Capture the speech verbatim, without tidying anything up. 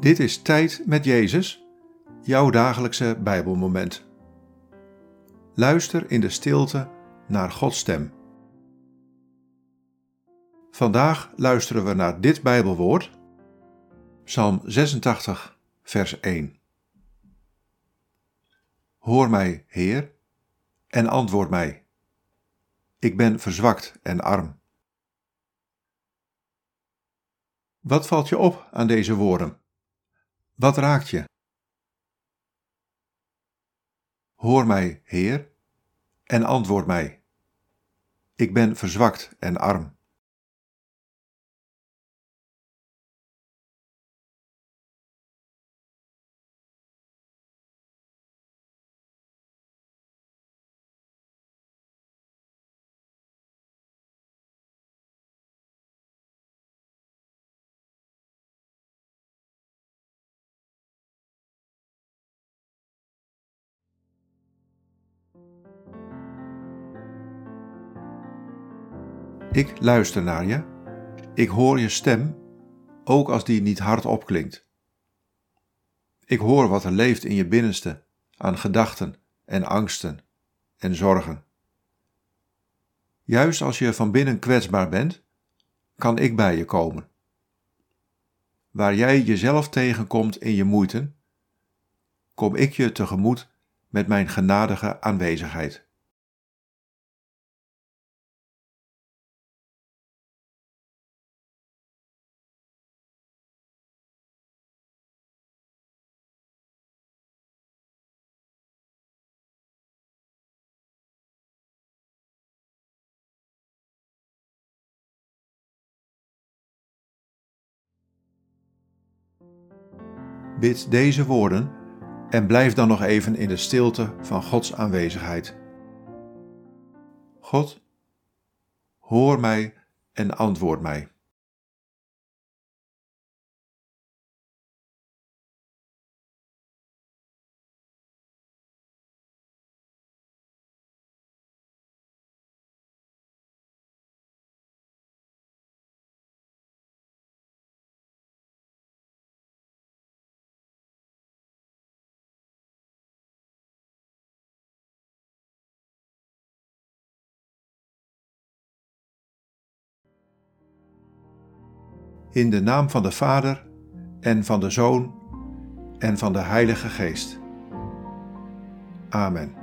Dit is Tijd met Jezus, jouw dagelijkse Bijbelmoment. Luister in de stilte naar Gods stem. Vandaag luisteren we naar dit Bijbelwoord, Psalm zesentachtig, vers één. Hoor mij, Heer, en antwoord mij. Ik ben verzwakt en arm. Wat valt je op aan deze woorden? Wat raakt je? Hoor mij, Heer, en antwoord mij. Ik ben verzwakt en arm. Ik luister naar je. Ik hoor je stem, ook als die niet hardop klinkt. Ik hoor wat er leeft in je binnenste aan gedachten en angsten en zorgen. Juist als je van binnen kwetsbaar bent, kan ik bij je komen. Waar jij jezelf tegenkomt in je moeite, kom ik je tegemoet met mijn genadige aanwezigheid. Bid deze woorden en blijf dan nog even in de stilte van Gods aanwezigheid. God, hoor mij en antwoord mij. In de naam van de Vader en van de Zoon en van de Heilige Geest. Amen.